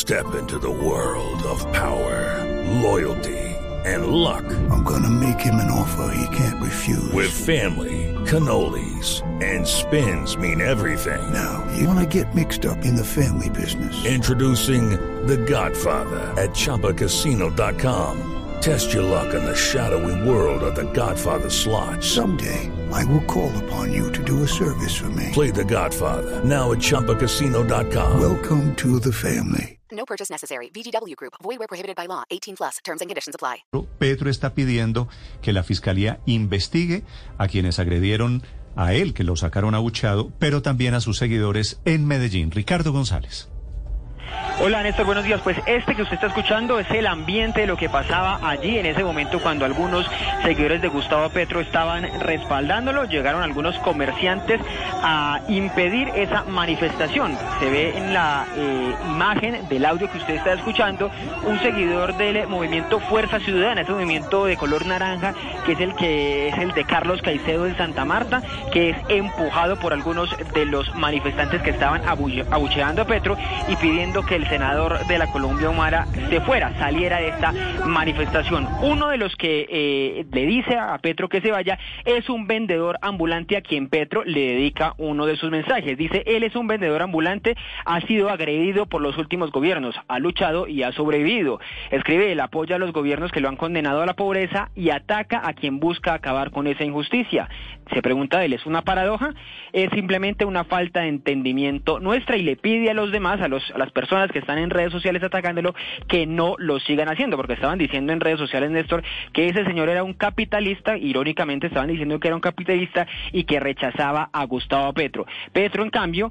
Step into the world of power, loyalty, and luck. I'm gonna make him an offer he can't refuse. With family, cannolis, and spins mean everything. Now, you wanna get mixed up in the family business. Introducing The Godfather at ChumbaCasino.com. Test your luck in the shadowy world of The Godfather slot. Someday, I will call upon you to do a service for me. Play The Godfather now at ChumbaCasino.com. Welcome to the family. No purchase necessary. VGW Group. Void where prohibited by law. 18+. Terms and conditions apply. Petro está pidiendo que la Fiscalía investigue a quienes agredieron a él, que lo sacaron abucheado, pero también a sus seguidores en Medellín. Ricardo González. Hola Néstor, buenos días. Pues este que usted está escuchando es el ambiente de lo que pasaba allí en ese momento cuando algunos seguidores de Gustavo Petro estaban respaldándolo. Llegaron algunos comerciantes a impedir esa manifestación. Se ve en la imagen del audio que usted está escuchando un seguidor del movimiento Fuerza Ciudadana, ese movimiento de color naranja que es el de Carlos Caicedo de Santa Marta, que es empujado por algunos de los manifestantes que estaban abucheando a Petro y pidiendo que el senador de la Colombia Humana saliera de esta manifestación. Uno de los que le dice a Petro que se vaya es un vendedor ambulante a quien Petro le dedica uno de sus mensajes. Dice, él es un vendedor ambulante, ha sido agredido por los últimos gobiernos, ha luchado y ha sobrevivido. Escribe, él apoya a los gobiernos que lo han condenado a la pobreza y ataca a quien busca acabar con esa injusticia. Se pregunta él, ¿es una paradoja? Es simplemente una falta de entendimiento nuestra, y le pide a los demás, a las personas que están en redes sociales atacándolo, que no lo sigan haciendo, porque estaban diciendo en redes sociales, Néstor, que ese señor era un capitalista. Irónicamente estaban diciendo que era un capitalista y que rechazaba a Gustavo Petro. Petro, en cambio,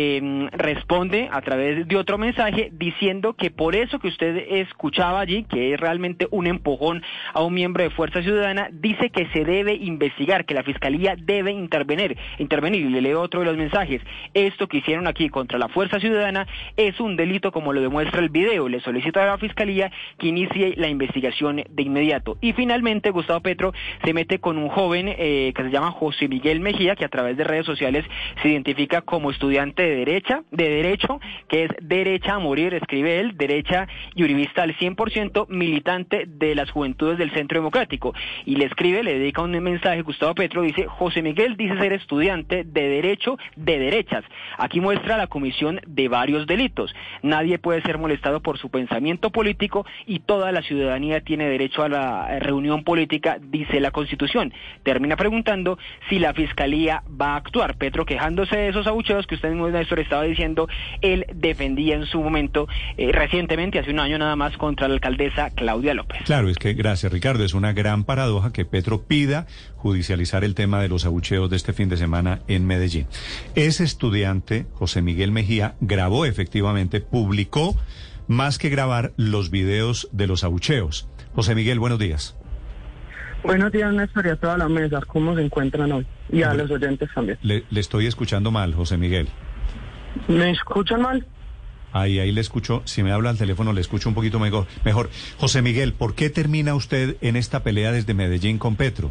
responde a través de otro mensaje diciendo que por eso que usted escuchaba allí, que es realmente un empujón a un miembro de Fuerza Ciudadana, dice que se debe investigar, que la Fiscalía debe intervenir. Y le leo otro de los mensajes. Esto que hicieron aquí contra la Fuerza Ciudadana es un delito, como lo demuestra el video. Le solicita a la Fiscalía que inicie la investigación de inmediato. Y finalmente Gustavo Petro se mete con un joven que se llama José Miguel Mejía, que a través de redes sociales se identifica como estudiante de Derecho, que es derecha a morir, escribe él, derecha y uribista al 100%, militante de las Juventudes del Centro Democrático. Y le escribe, le dedica un mensaje, Gustavo Petro dice, José Miguel dice ser estudiante de Derecho de derechas. Aquí muestra la comisión de varios delitos. Nadie puede ser molestado por su pensamiento político y toda la ciudadanía tiene derecho a la reunión política, dice la Constitución. Termina preguntando si la Fiscalía va a actuar. Petro quejándose de esos abucheos que usted mismo, Néstor, estaba diciendo, él defendía en su momento, recientemente, hace un año nada más, contra la alcaldesa Claudia López. Claro, es que, gracias Ricardo, es una gran paradoja que Petro pida judicializar el tema de los abucheos de este fin de semana en Medellín. Ese estudiante, José Miguel Mejía, grabó efectivamente, publicó, más que grabar, los videos de los abucheos. José Miguel, buenos días. Buenos días, Néstor, y a toda la mesa. ¿Cómo se encuentran hoy? Y a los oyentes también. Le estoy escuchando mal, José Miguel. ¿Me escuchan mal? Ahí le escucho. Si me habla al teléfono, le escucho un poquito mejor. José Miguel, ¿por qué termina usted en esta pelea desde Medellín con Petro?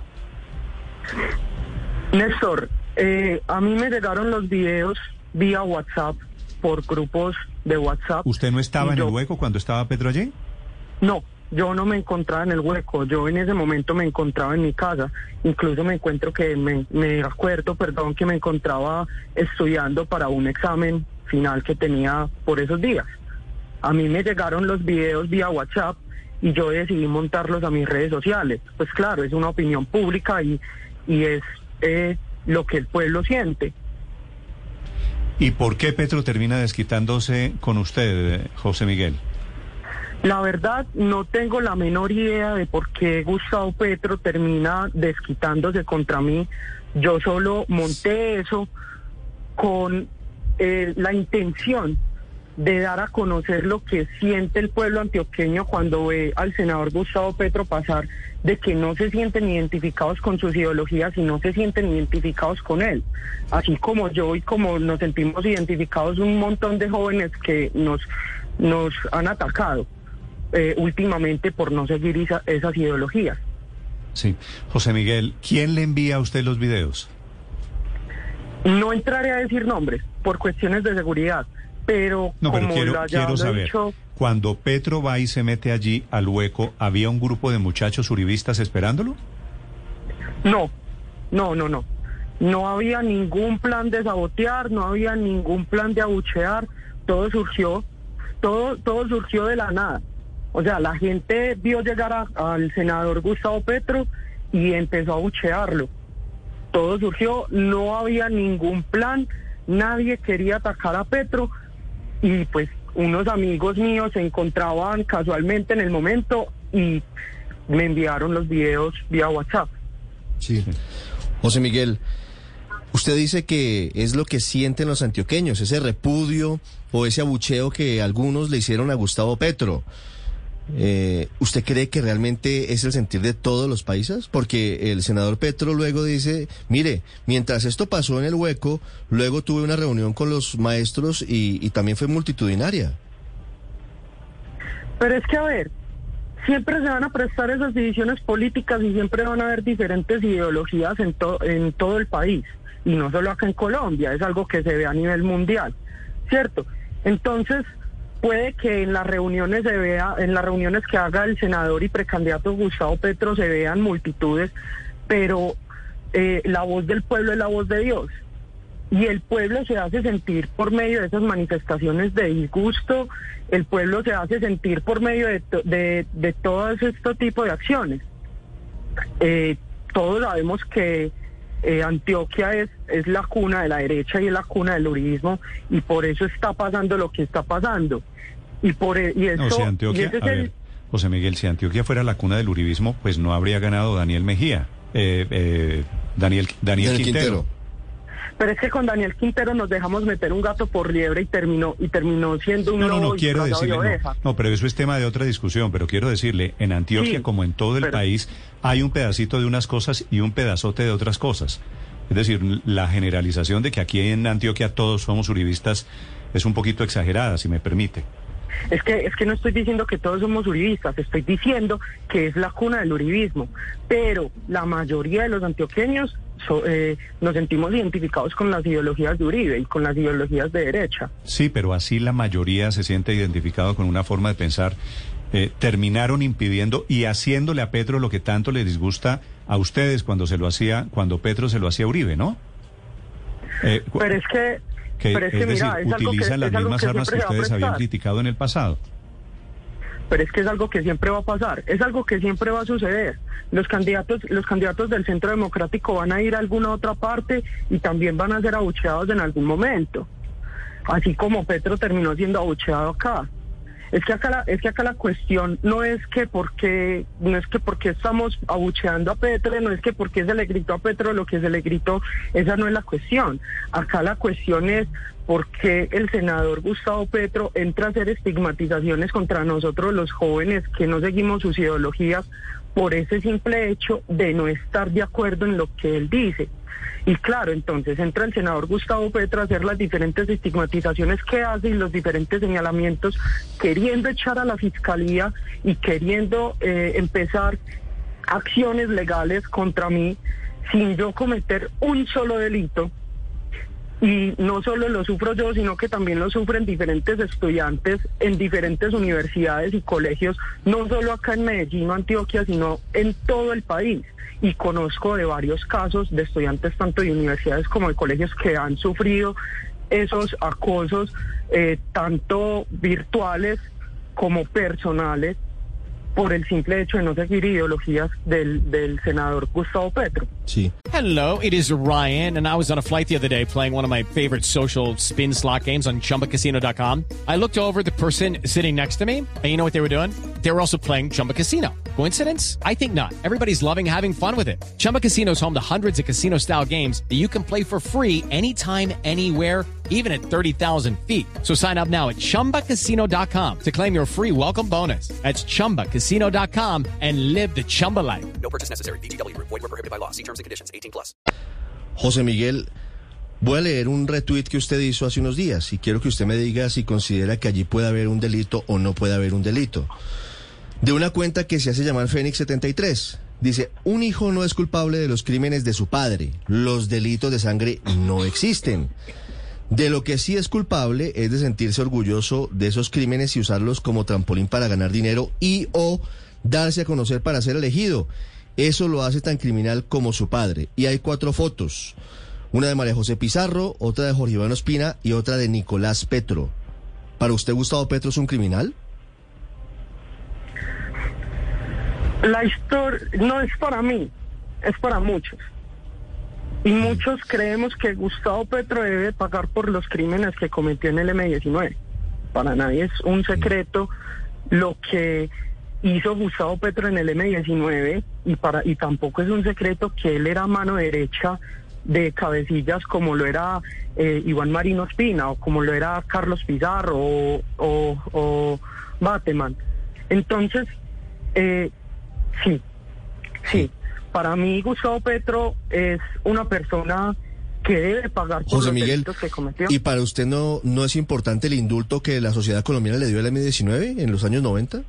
Néstor, a mí me llegaron los videos vía WhatsApp, por grupos de WhatsApp. ¿Usted no estaba en el hueco cuando estaba Petro allí? No, yo no me encontraba en el hueco. Yo en ese momento me encontraba en mi casa. Incluso me acuerdo que me encontraba estudiando para un examen final que tenía por esos días. A mí me llegaron los videos vía WhatsApp y yo decidí montarlos a mis redes sociales. Pues claro, es una opinión pública y es lo que el pueblo siente. ¿Y por qué Petro termina desquitándose con usted, José Miguel? La verdad, no tengo la menor idea de por qué Gustavo Petro termina desquitándose contra mí. Yo solo monté eso con la intención de dar a conocer lo que siente el pueblo antioqueño cuando ve al senador Gustavo Petro pasar, de que no se sienten identificados con sus ideologías y no se sienten identificados con él. Así como yo y como nos sentimos identificados un montón de jóvenes que nos han atacado últimamente por no seguir esas ideologías. Sí. José Miguel, ¿quién le envía a usted los videos? No entraré a decir nombres por cuestiones de seguridad, pero no, pero como quiero saber, cuando Petro va y se mete allí al hueco, ¿había un grupo de muchachos uribistas esperándolo? No. No había ningún plan de sabotear, no había ningún plan de abuchear, todo surgió de la nada. O sea, la gente vio llegar al senador Gustavo Petro y empezó a abuchearlo. Todo surgió, no había ningún plan, nadie quería atacar a Petro y pues unos amigos míos se encontraban casualmente en el momento y me enviaron los videos vía WhatsApp. Sí. José Miguel, usted dice que es lo que sienten los antioqueños, ese repudio o ese abucheo que algunos le hicieron a Gustavo Petro. ¿Usted cree que realmente es el sentir de todos los paisas? Porque el senador Petro luego dice, mire, mientras esto pasó en el hueco, luego tuve una reunión con los maestros y también fue multitudinaria. Pero es que, a ver, siempre se van a prestar esas divisiones políticas y siempre van a haber diferentes ideologías en todo el país. Y no solo acá en Colombia, es algo que se ve a nivel mundial, ¿cierto? Entonces, puede que en las reuniones que haga el senador y precandidato Gustavo Petro se vean multitudes, pero la voz del pueblo es la voz de Dios. Y el pueblo se hace sentir por medio de esas manifestaciones de disgusto, el pueblo se hace sentir por medio de todo este tipo de acciones. Todos sabemos que Antioquia es la cuna de la derecha y es la cuna del uribismo, y por eso está pasando lo que está pasando. José Miguel, si Antioquia fuera la cuna del uribismo, pues no habría ganado Daniel Mejía, Daniel Quintero. Pero es que con Daniel Quintero nos dejamos meter un gato por liebre y terminó siendo un lobo quiero decirle, no, pero eso es tema de otra discusión, pero quiero decirle, en Antioquia, sí, como en todo el país, hay un pedacito de unas cosas y un pedazote de otras cosas. Es decir, la generalización de que aquí en Antioquia todos somos uribistas es un poquito exagerada, si me permite. Es que no estoy diciendo que todos somos uribistas, estoy diciendo que es la cuna del uribismo, pero la mayoría de los antioqueños nos sentimos identificados con las ideologías de Uribe y con las ideologías de derecha. Sí, pero así la mayoría se siente identificado con una forma de pensar. Terminaron impidiendo y haciéndole a Petro lo que tanto le disgusta a ustedes cuando Petro se lo hacía a Uribe, ¿no? Pero es que mira, utilizan las mismas armas que ustedes habían criticado en el pasado. Pero es que es algo que siempre va a pasar, es algo que siempre va a suceder. Los candidatos del Centro Democrático van a ir a alguna otra parte y también van a ser abucheados en algún momento. Así como Petro terminó siendo abucheado acá. Es que acá la cuestión no es que porque estamos abucheando a Petro, no es que porque se le gritó a Petro lo que se le gritó, esa no es la cuestión. Acá la cuestión es por qué el senador Gustavo Petro entra a hacer estigmatizaciones contra nosotros los jóvenes que no seguimos sus ideologías por ese simple hecho de no estar de acuerdo en lo que él dice. Y claro, entonces entra el senador Gustavo Petro a hacer las diferentes estigmatizaciones que hace y los diferentes señalamientos, queriendo echar a la fiscalía y queriendo empezar acciones legales contra mí sin yo cometer un solo delito. Y no solo lo sufro yo, sino que también lo sufren diferentes estudiantes en diferentes universidades y colegios, no solo acá en Medellín o Antioquia, sino en todo el país. Y conozco de varios casos de estudiantes tanto de universidades como de colegios que han sufrido esos acosos, tanto virtuales como personales, por el simple hecho de no seguir ideologías del senador Gustavo Petro. Sí. Hello, it is Ryan, and I was on a flight the other day playing one of my favorite social spin slot games on ChumbaCasino.com. I looked over at the person sitting next to me, and you know what they were doing? They were also playing Chumba Casino. Coincidence? I think not. Everybody's loving having fun with it. Chumba Casino is home to hundreds of casino-style games that you can play for free anytime, anywhere, even at 30,000 feet. So sign up now at ChumbaCasino.com to claim your free welcome bonus. That's ChumbaCasino.com and live the Chumba life. No purchase necessary. VGW. Void where prohibited by law. See terms and conditions. 18+. José Miguel, voy a leer un retweet que usted hizo hace unos días y quiero que usted me diga si considera que allí puede haber un delito o no puede haber un delito. De una cuenta que se hace llamar Fénix73. Dice, un hijo no es culpable de los crímenes de su padre. Los delitos de sangre no existen. De lo que sí es culpable es de sentirse orgulloso de esos crímenes y usarlos como trampolín para ganar dinero y o darse a conocer para ser elegido. Eso lo hace tan criminal como su padre. Y hay 4 fotos. Una de María José Pizarro, otra de Jorge Iván Ospina y otra de Nicolás Petro. ¿Para usted Gustavo Petro es un criminal? La historia no es para mí, es para muchos. Y muchos creemos que Gustavo Petro debe pagar por los crímenes que cometió en el M-19. Para nadie es un secreto lo que hizo Gustavo Petro en el M-19 y tampoco es un secreto que él era mano derecha de cabecillas como lo era Iván Marín Ospina o como lo era Carlos Pizarro o Bateman. Entonces, sí. Para mí, Gustavo Petro es una persona que debe pagar por los delitos que cometió. ¿Y para usted no es importante el indulto que la sociedad colombiana le dio al M-19 en los años 90?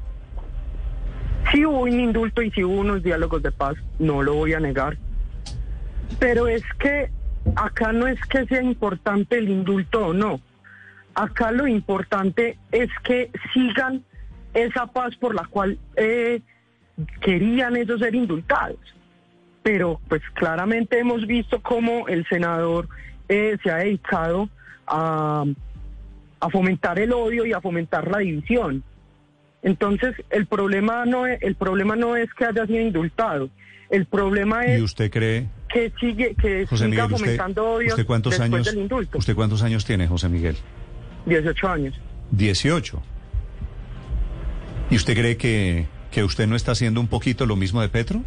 Sí hubo un indulto y sí hubo unos diálogos de paz, no lo voy a negar. Pero es que acá no es que sea importante el indulto o no. Acá lo importante es que sigan esa paz por la cual querían ellos ser indultados, pero pues claramente hemos visto cómo el senador se ha dedicado a fomentar el odio y a fomentar la división. Entonces el problema no es que haya sido indultado, el problema es. ¿Y usted cree que José siga Miguel, fomentando odio después del indulto? ¿Usted cuántos años tiene, José Miguel? 18 años. 18. ¿Y usted cree que usted no está haciendo un poquito lo mismo de Petro?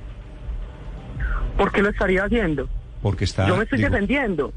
¿Por qué lo estaría haciendo? Porque está... Yo me estoy defendiendo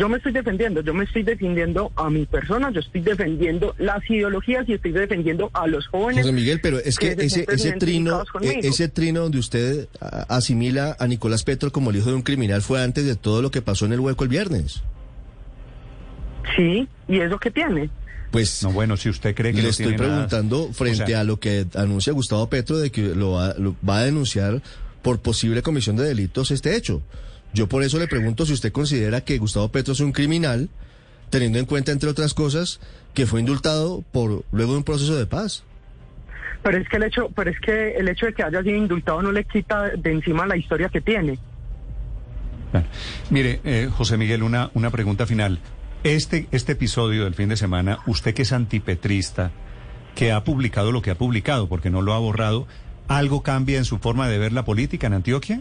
a mi persona, yo estoy defendiendo las ideologías y estoy defendiendo a los jóvenes. José Miguel, pero es que ese trino donde usted asimila a Nicolás Petro como el hijo de un criminal fue antes de todo lo que pasó en el Hueco el viernes. Sí, ¿y eso qué tiene? Pues no, bueno, si usted cree que le no estoy tiene preguntando nada, frente a lo que anuncia Gustavo Petro de que lo va a denunciar por posible comisión de delitos este hecho. Yo por eso le pregunto si usted considera que Gustavo Petro es un criminal, teniendo en cuenta, entre otras cosas, que fue indultado luego de un proceso de paz. Pero es que el hecho de que haya sido indultado no le quita de encima la historia que tiene. Bueno, mire, José Miguel, una pregunta final. Este episodio del fin de semana, usted que es antipetrista, que ha publicado lo que ha publicado, porque no lo ha borrado, ¿algo cambia en su forma de ver la política en Antioquia?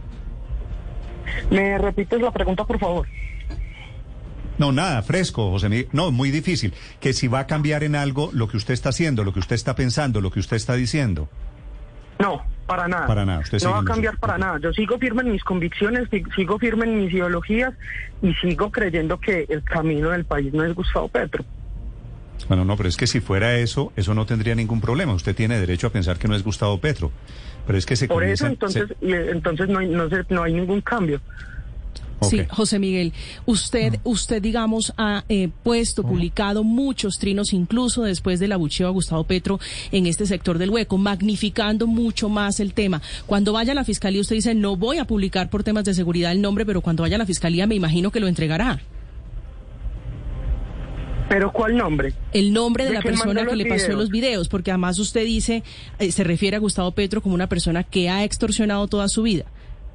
¿Me repites la pregunta, por favor? No, nada, fresco, José Miguel. No, muy difícil. Que si va a cambiar en algo lo que usted está haciendo, lo que usted está pensando, lo que usted está diciendo. No, para nada. Para nada. Usted no va a cambiar para nada. Yo sigo firme en mis convicciones, sigo firme en mis ideologías y sigo creyendo que el camino del país no es Gustavo Petro. Bueno, no, pero es que si fuera eso no tendría ningún problema. Usted tiene derecho a pensar que no es Gustavo Petro. Pero es que se Por comienza, eso, entonces no hay ningún cambio. Sí, Okay. José Miguel, usted digamos, ha publicado muchos trinos, incluso después del abucheo a Gustavo Petro en este sector del Hueco, magnificando mucho más el tema. Cuando vaya a la fiscalía, usted dice, no voy a publicar por temas de seguridad el nombre, pero cuando vaya a la fiscalía me imagino que lo entregará. ¿Pero cuál nombre? El nombre de la persona que le pasó los videos, porque además usted dice, se refiere a Gustavo Petro como una persona que ha extorsionado toda su vida.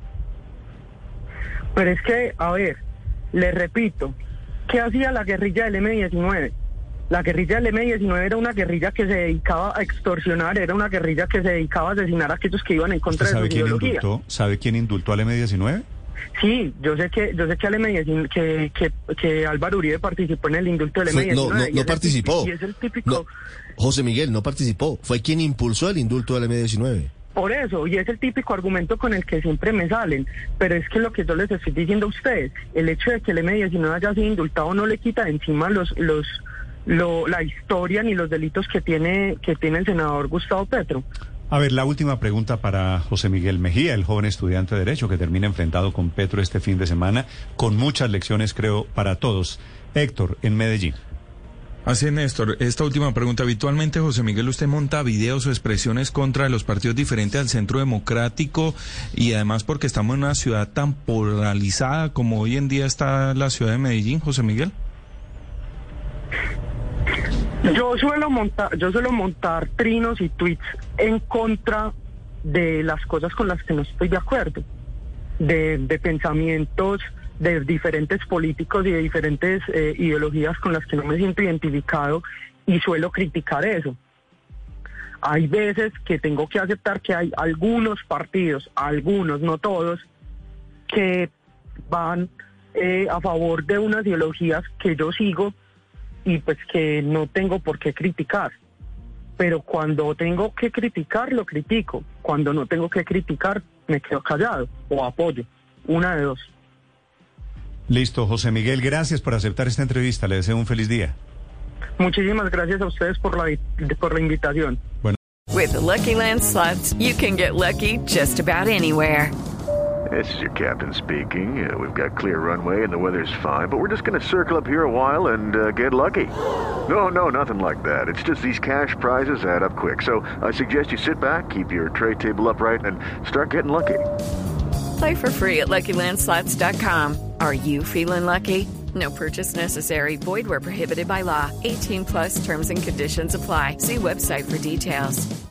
Pero es que, a ver, le repito, ¿qué hacía la guerrilla del M-19? La guerrilla del M-19 era una guerrilla que se dedicaba a extorsionar, era una guerrilla que se dedicaba a asesinar a aquellos que iban en contra de su ideología. ¿Sabe quién indultó al M-19? Sí, yo sé que al M-19, que Álvaro Uribe participó en el indulto del M-19. No participó. Y es el típico... José Miguel no participó, fue quien impulsó el indulto del M-19. Por eso, y es el típico argumento con el que siempre me salen, pero es que lo que yo les estoy diciendo a ustedes, el hecho de que el M-19 haya sido indultado no le quita de encima la historia ni los delitos que tiene el senador Gustavo Petro. A ver, la última pregunta para José Miguel Mejía, el joven estudiante de Derecho que termina enfrentado con Petro este fin de semana, con muchas lecciones, creo, para todos. Héctor, en Medellín. Así es, Néstor. Esta última pregunta. Habitualmente, José Miguel, usted monta videos o expresiones contra los partidos diferentes al Centro Democrático y además porque estamos en una ciudad tan polarizada como hoy en día está la ciudad de Medellín, José Miguel. Yo suelo montar trinos y tweets en contra de las cosas con las que no estoy de acuerdo, de pensamientos de diferentes políticos y de diferentes ideologías con las que no me siento identificado, y suelo criticar eso. Hay veces que tengo que aceptar que hay algunos partidos, algunos, no todos, que van a favor de unas ideologías que yo sigo y pues que no tengo por qué criticar. Pero cuando tengo que criticar, lo critico. Cuando no tengo que criticar, me quedo callado o apoyo. Una de dos. Listo, José Miguel, gracias por aceptar esta entrevista. Le deseo un feliz día. Muchísimas gracias a ustedes por la invitación. Bueno. With the Lucky Land Slots, you can get lucky just about anywhere. This is your captain speaking. We've got clear runway and the weather's fine, but we're just going to circle up here a while and get lucky. No, nothing like that. It's just these cash prizes add up quick. So I suggest you sit back, keep your tray table upright, and start getting lucky. Play for free at LuckyLandSlots.com. Are you feeling lucky? No purchase necessary. Void where prohibited by law. 18+ terms and conditions apply. See website for details.